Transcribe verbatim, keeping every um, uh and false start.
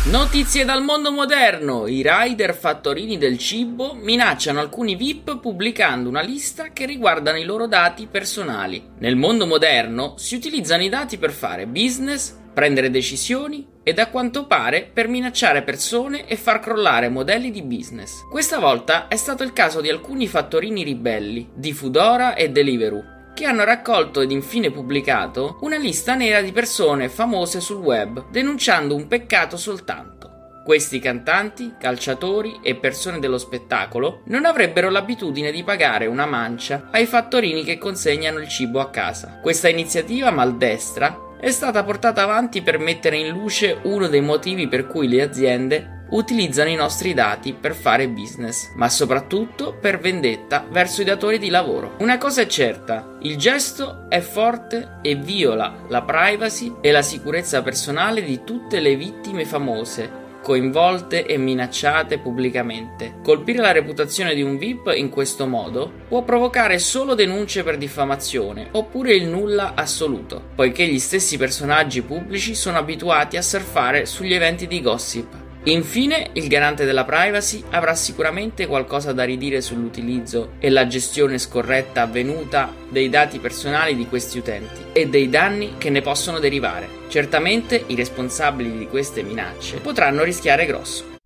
Notizie dal mondo moderno. I rider fattorini del cibo minacciano alcuni V I P pubblicando una lista che riguardano i loro dati personali. Nel mondo moderno si utilizzano i dati per fare business, prendere decisioni ed a quanto pare per minacciare persone e far crollare modelli di business. Questa volta è stato il caso di alcuni fattorini ribelli, di Foodora e Deliveroo, che hanno raccolto ed infine pubblicato una lista nera di persone famose sul web, denunciando un peccato soltanto. Questi cantanti, calciatori e persone dello spettacolo non avrebbero l'abitudine di pagare una mancia ai fattorini che consegnano il cibo a casa. Questa iniziativa maldestra è stata portata avanti per mettere in luce uno dei motivi per cui le aziende utilizzano i nostri dati per fare business, ma soprattutto per vendetta verso i datori di lavoro. Una cosa è certa, il gesto è forte e viola la privacy e la sicurezza personale di tutte le vittime famose coinvolte e minacciate pubblicamente. Colpire la reputazione di un V I P in questo modo può provocare solo denunce per diffamazione oppure il nulla assoluto, poiché gli stessi personaggi pubblici sono abituati a surfare sugli eventi di gossip. Infine, il garante della privacy avrà sicuramente qualcosa da ridire sull'utilizzo e la gestione scorretta avvenuta dei dati personali di questi utenti e dei danni che ne possono derivare. Certamente i responsabili di queste minacce potranno rischiare grosso.